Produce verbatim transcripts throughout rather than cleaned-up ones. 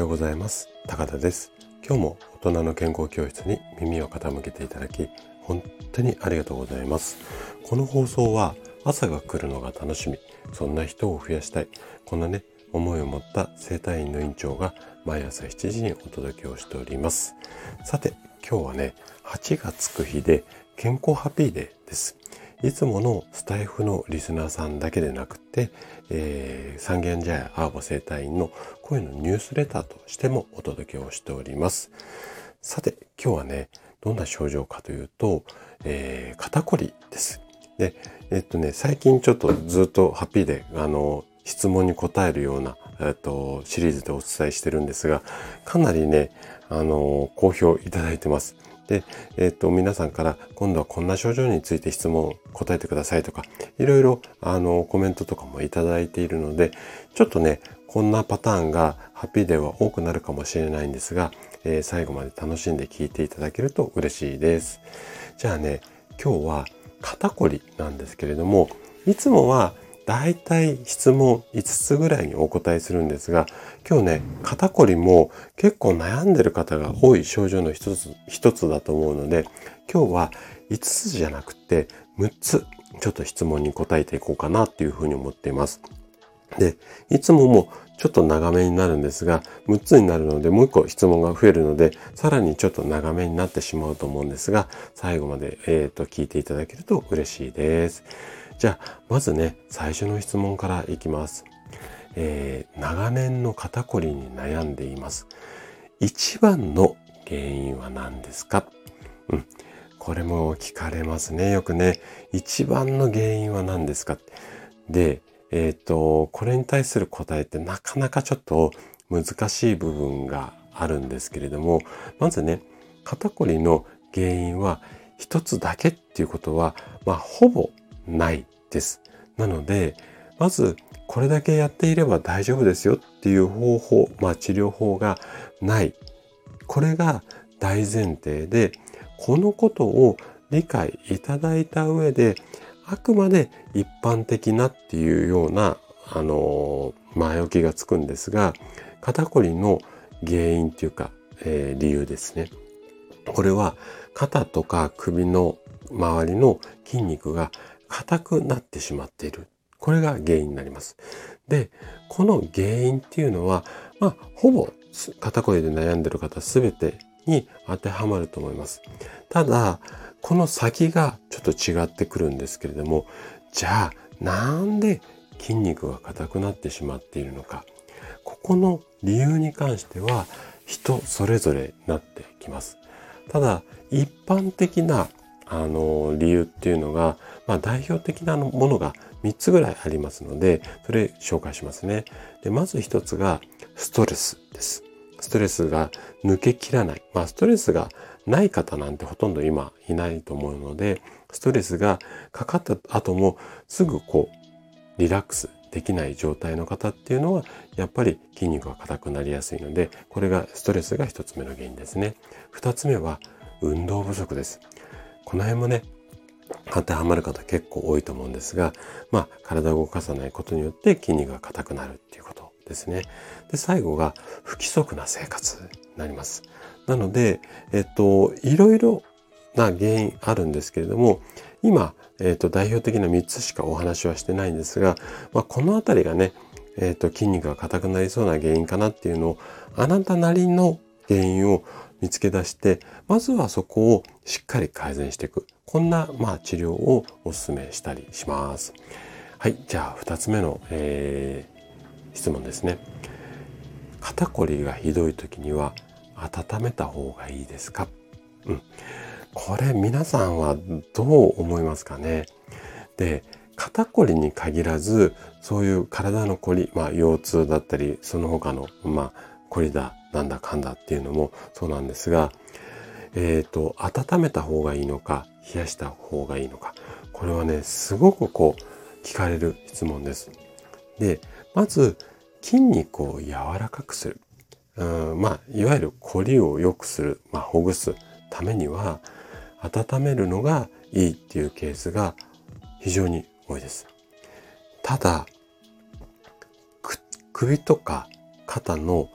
ようございます。高田です。今日も大人の健康教室に耳を傾けていただき、本当にありがとうございます。この放送は朝が来るのが楽しみ、そんな人を増やしたい、こんなね、思いを持った整体院の院長が毎朝しちじにお届けをしております。さて、今日はね、はちがつく日で健康ハッピーデーです。いつものスタイフのリスナーさんだけでなくて、えー、三軒茶屋アーボ整体院の声のニュースレターとしてもお届けをしております。さて、今日はね、どんな症状かというと、えー、肩こりです。で、えっとね、最近ちょっとずっとハッピーで、あの、質問に答えるような、えっと、シリーズでお伝えしてるんですが、かなりね、あの、好評いただいてます。で、えっと、皆さんから今度はこんな症状について質問答えてくださいとか、いろいろあのコメントとかもいただいているので、ちょっとね、こんなパターンがハッピーデーは多くなるかもしれないんですが、えー、最後まで楽しんで聞いていただけると嬉しいです。じゃあね、今日は肩こりなんですけれども、いつもはだいたい質問いつつぐらいにお答えするんですが、今日ね、肩こりも結構悩んでる方が多い症状の一つ、一つだと思うので、今日はいつつじゃなくてむっつちょっと質問に答えていこうかなっていうふうに思っています。で、いつももちょっと長めになるんですが、むっつになるのでもういっこ質問が増えるので、さらにちょっと長めになってしまうと思うんですが、最後まで、えーと、聞いていただけると嬉しいです。じゃあ、まずね、最初の質問からいきます。えー、長年の肩こりに悩んでいます。一番の原因は何ですか？うん。これも聞かれますね。よくね。一番の原因は何ですか？で、えっと、これに対する答えってなかなかちょっと難しい部分があるんですけれども、まずね、肩こりの原因は一つだけっていうことは、まあ、ほぼないです。なので、まず、これだけやっていれば大丈夫ですよっていう方法、まあ治療法がない。これが大前提で、このことを理解いただいた上で、あくまで一般的なっていうような、あの、前置きがつくんですが、肩こりの原因っていうか、えー、理由ですね。これは肩とか首の周りの筋肉が硬くなってしまっている。これが原因になります。で、この原因っていうのは、まあ、ほぼ肩こりで悩んでる方すべてに当てはまると思います。ただ、この先がちょっと違ってくるんですけれども、じゃあ、なんで筋肉が硬くなってしまっているのか。ここの理由に関しては、人それぞれなってきます。ただ、一般的な、あの、理由っていうのが、まあ、代表的なものがみっつぐらいありますので、それ紹介しますね。で、まず一つが、ストレスです。ストレスが抜けきらない。まあ、ストレスがない方なんてほとんど今いないと思うので、ストレスがかかった後もすぐこう、リラックスできない状態の方っていうのは、やっぱり筋肉が硬くなりやすいので、これがストレスが一つ目の原因ですね。二つ目は運動不足です。この辺もね、当てはまる方結構多いと思うんですが、まあ、体を動かさないことによって筋肉が硬くなるっていうことですね。で、最後が不規則な生活になります。なので、えっと、いろいろな原因あるんですけれども、今、えっと、代表的なみっつしかお話はしてないんですが、まあ、このあたりがね、えっと、筋肉が硬くなりそうな原因かなっていうのを、あなたなりの原因を見つけ出して、まずはそこをしっかり改善していく。こんな、まあ、治療をお勧めしたりします。はい。じゃあ、二つ目の、えー、質問ですね。肩こりがひどい時には温めた方がいいですか？うん。これ皆さんはどう思いますかね？で、肩こりに限らず、そういう体のこり、まあ腰痛だったり、その他の、まあ、こりだ、なんだかんだっていうのもそうなんですが、えっと、温めた方がいいのか、冷やした方がいいのか。これはね、すごくこう、聞かれる質問です。で、まず、筋肉を柔らかくする。うん、まあ、いわゆるこりを良くする、まあ、ほぐすためには、温めるのがいいっていうケースが非常に多いです。ただ、首とか肩の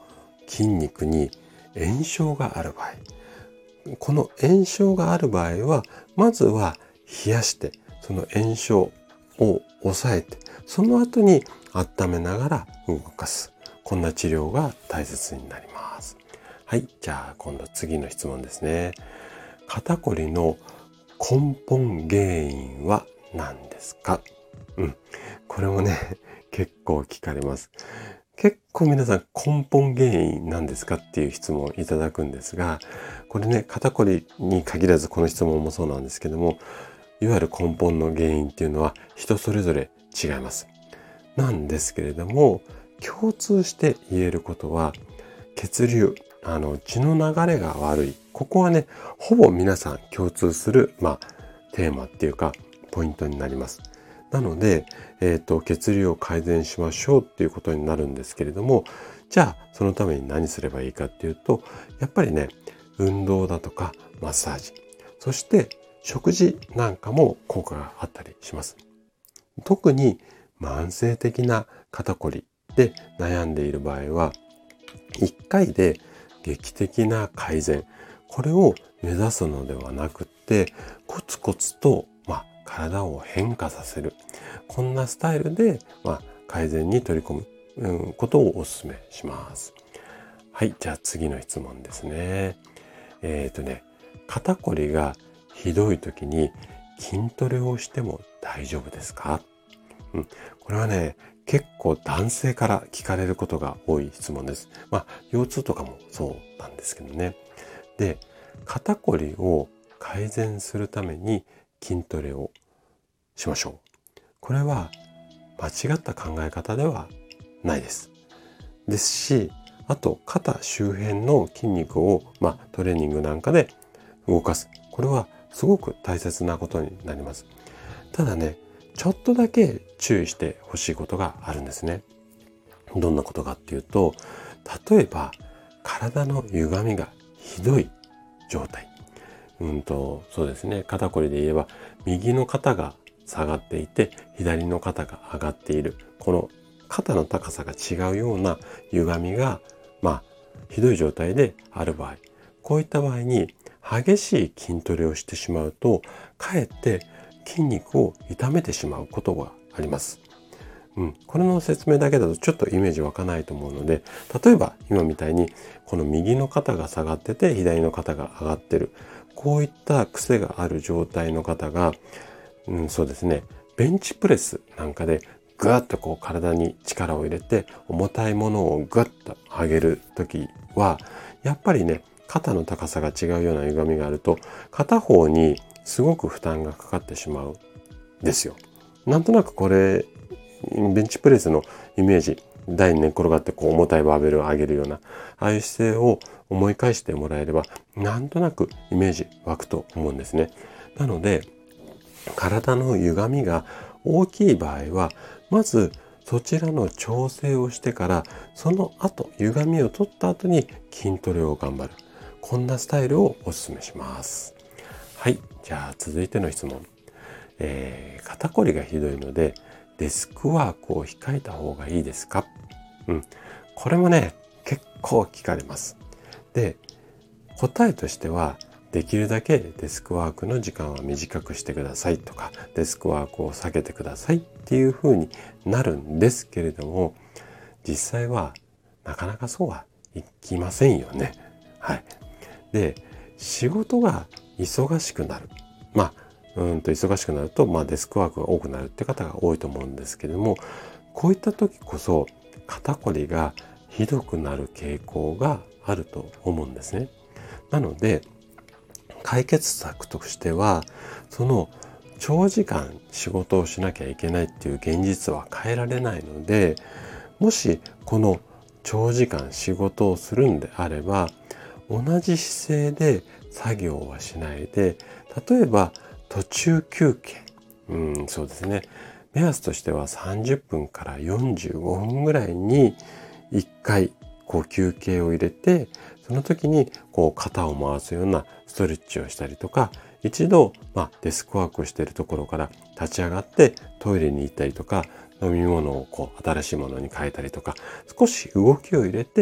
筋肉に炎症がある場合、この炎症がある場合は、まずは冷やして、その炎症を抑えて、その後に温めながら動かす。こんな治療が大切になります。はい、じゃあ今度次の質問ですね。肩こりの根本原因は何ですか？うん、これもね、結構聞かれます。結構皆さん根本原因なんですかっていう質問をいただくんですが、これね、肩こりに限らずこの質問もそうなんですけども、いわゆる根本の原因っていうのは人それぞれ違います。なんですけれども、共通して言えることは、血流、あの血の流れが悪い。ここはね、ほぼ皆さん共通する、まあ、テーマっていうか、ポイントになります。なので、えっと、血流を改善しましょうっていうことになるんですけれども、じゃあ、そのために何すればいいかっていうと、やっぱりね、運動だとか、マッサージ、そして食事なんかも効果があったりします。特に慢性的な肩こりで悩んでいる場合は、いっかいで劇的な改善、これを目指すのではなくって、コツコツと、まあ、体を変化させる。こんなスタイルで、まあ、改善に取り込む、うん、ことをお勧めします。はい、じゃあ次の質問ですね。えっとね、肩こりがひどい時に筋トレをしても大丈夫ですか？うん、これはね、結構男性から聞かれることが多い質問です。まあ、腰痛とかもそうなんですけどね。で、肩こりを改善するために筋トレをしましょう。これは間違った考え方ではないです。ですし、あと肩周辺の筋肉を、まあ、トレーニングなんかで動かす。これはすごく大切なことになります。ただね、ちょっとだけ注意してほしいことがあるんですね。どんなことかっていうと、例えば体の歪みがひどい状態。うんと、そうですね。肩こりで言えば、右の肩が下がっていて、左の肩が上がっている。この肩の高さが違うような歪みが、まあ、ひどい状態である場合。こういった場合に、激しい筋トレをしてしまうと、かえって筋肉を痛めてしまうことがあります。うん、これの説明だけだとちょっとイメージ湧かないと思うので、例えば今みたいにこの右の肩が下がってて左の肩が上がってる。こういった癖がある状態の方が、うん、そうですね、ベンチプレスなんかでぐわっとこう体に力を入れて重たいものをぐわっと上げるときは、やっぱりね、肩の高さが違うような歪みがあると、片方にすごく負担がかかってしまうんですよ。なんとなくこれ、ベンチプレスのイメージ、台に寝っ転がってこう重たいバーベルを上げるような、ああいう姿勢を思い返してもらえれば、なんとなくイメージ湧くと思うんですね。なので、体の歪みが大きい場合は、まずそちらの調整をしてから、その後、歪みを取った後に筋トレを頑張る。こんなスタイルをお勧めします。はい。じゃあ続いての質問。えー、肩こりがひどいので、デスクワークを控えた方がいいですか？うん。これもね、結構聞かれます。で、答えとしては、できるだけデスクワークの時間は短くしてくださいとか、デスクワークを避けてくださいっていう風になるんですけれども、実際はなかなかそうはいきませんよね。はい。で、仕事が忙しくなる。まあ、うんと忙しくなると、まあデスクワークが多くなるって方が多いと思うんですけれども、こういった時こそ肩こりがひどくなる傾向があると思うんですね。なので、解決策としては、その長時間仕事をしなきゃいけないっていう現実は変えられないので、もしこの長時間仕事をするんであれば、同じ姿勢で作業はしないで、例えば途中休憩、うん、そうですね。目安としてはさんじゅっぷんからよんじゅうごふんぐらいにいっかいこう休憩を入れて、その時にこう肩を回すようなストレッチをしたりとか、一度、まあ、デスクワークをしているところから立ち上がってトイレに行ったりとか、飲み物をこう新しいものに変えたりとか、少し動きを入れて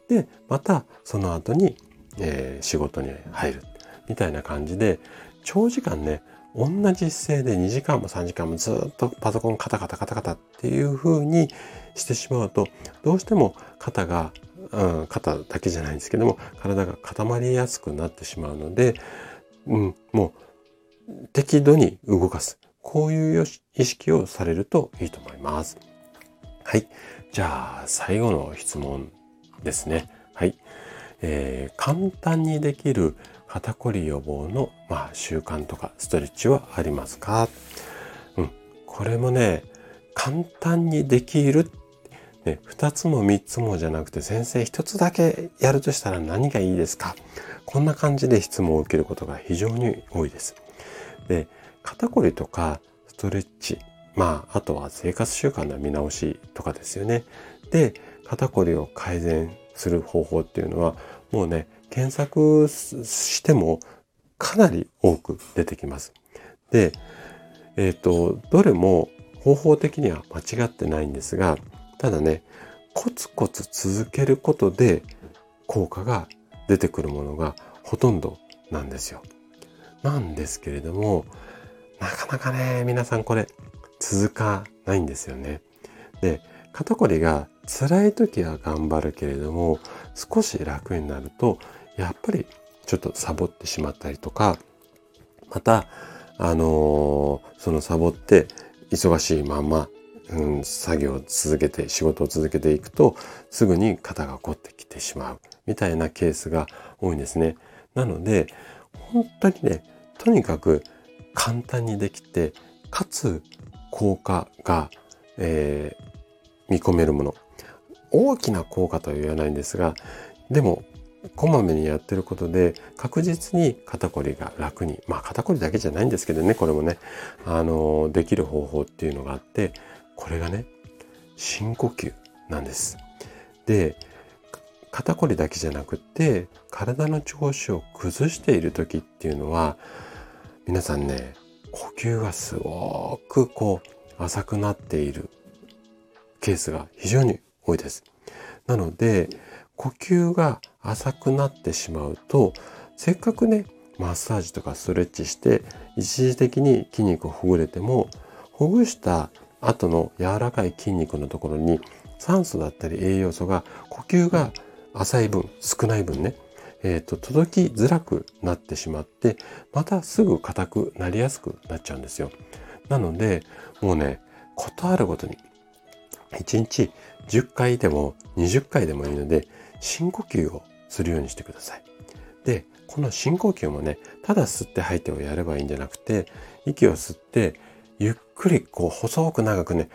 で、またその後に、えー、仕事に入る。みたいな感じで、長時間ね、同じ姿勢でにじかんもさんじかんもずっとパソコンカタカタカタカタっていう風にしてしまうと、どうしても肩が、うん、肩だけじゃないんですけども、体が固まりやすくなってしまうので、うん、もう適度に動かす。こういう意識をされるといいと思います。はい。じゃあ、最後の質問ですね。はい。えー、簡単にできる肩こり予防の、まあ、習慣とかストレッチはありますか？うん。これもね、簡単にできる。ね、二つも三つもじゃなくて、先生一つだけやるとしたら何がいいですか？こんな感じで質問を受けることが非常に多いです。で、肩こりとかストレッチ、まあ、あとは生活習慣の見直しとかですよね。で、肩こりを改善する方法っていうのは、もうね、検索してもかなり多く出てきます。で、えっと、どれも方法的には間違ってないんですが、ただね、コツコツ続けることで効果が出てくるものがほとんどなんですよ。なんですけれども、なかなかね、皆さんこれ続かないんですよね。で、肩こりが辛い時は頑張るけれども、少し楽になると、やっぱりちょっとサボってしまったりとか、また、あのー、そのサボって忙しいまま、うん、作業を続けて、仕事を続けていくと、すぐに肩が凝ってきてしまうみたいなケースが多いんですね。なので、本当にね、とにかく簡単にできて、かつ効果が、えー、見込めるもの。大きな効果とは言わないんですが、でも、こまめにやってることで確実に肩こりが楽に、まあ肩こりだけじゃないんですけどね、これもね、あの、できる方法っていうのがあって、これがね、深呼吸なんです。で、肩こりだけじゃなくて、体の調子を崩している時っていうのは、皆さんね、呼吸がすごくこう浅くなっているケースが非常に多いです。なので、呼吸が浅くなってしまうと、せっかくね、マッサージとかストレッチして、一時的に筋肉をほぐれても、ほぐした後の柔らかい筋肉のところに酸素だったり栄養素が、呼吸が浅い分、少ない分ね、えっと、届きづらくなってしまって、またすぐ硬くなりやすくなっちゃうんですよ。なので、もうね、ことあるごとに、いちにちじゅっかいでもにじゅっかいでもいいので、深呼吸をするようにしてください。で、この深呼吸もね、ただ吸って吐いてをやればいいんじゃなくて、息を吸って、ゆっくりこう細く長くね、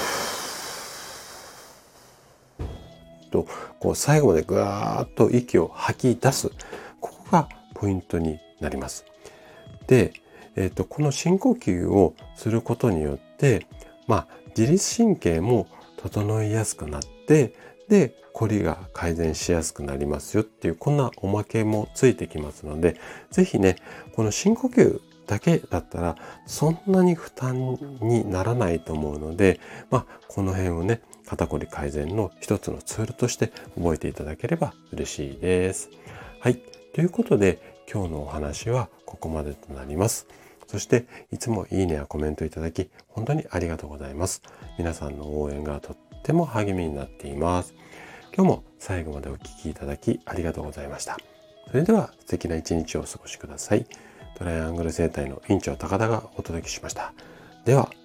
と、こう最後までぐわーっと息を吐き出す。ここがポイントになります。で、えっと、この深呼吸をすることによって、まあ、自律神経も整いやすくなって、で、こりが改善しやすくなりますよっていう、こんなおまけもついてきますので、ぜひね、この深呼吸だけだったら、そんなに負担にならないと思うので、まあ、この辺をね、肩こり改善の一つのツールとして覚えていただければ嬉しいです。はい。ということで、今日のお話はここまでとなります。そして、いつもいいねやコメントいただき、本当にありがとうございます。皆さんの応援がとっても励みになっています。今日も最後までお聞きいただきありがとうございました。それでは素敵な一日をお過ごしください。トライアングル生態の院長高田がお届けしました。では、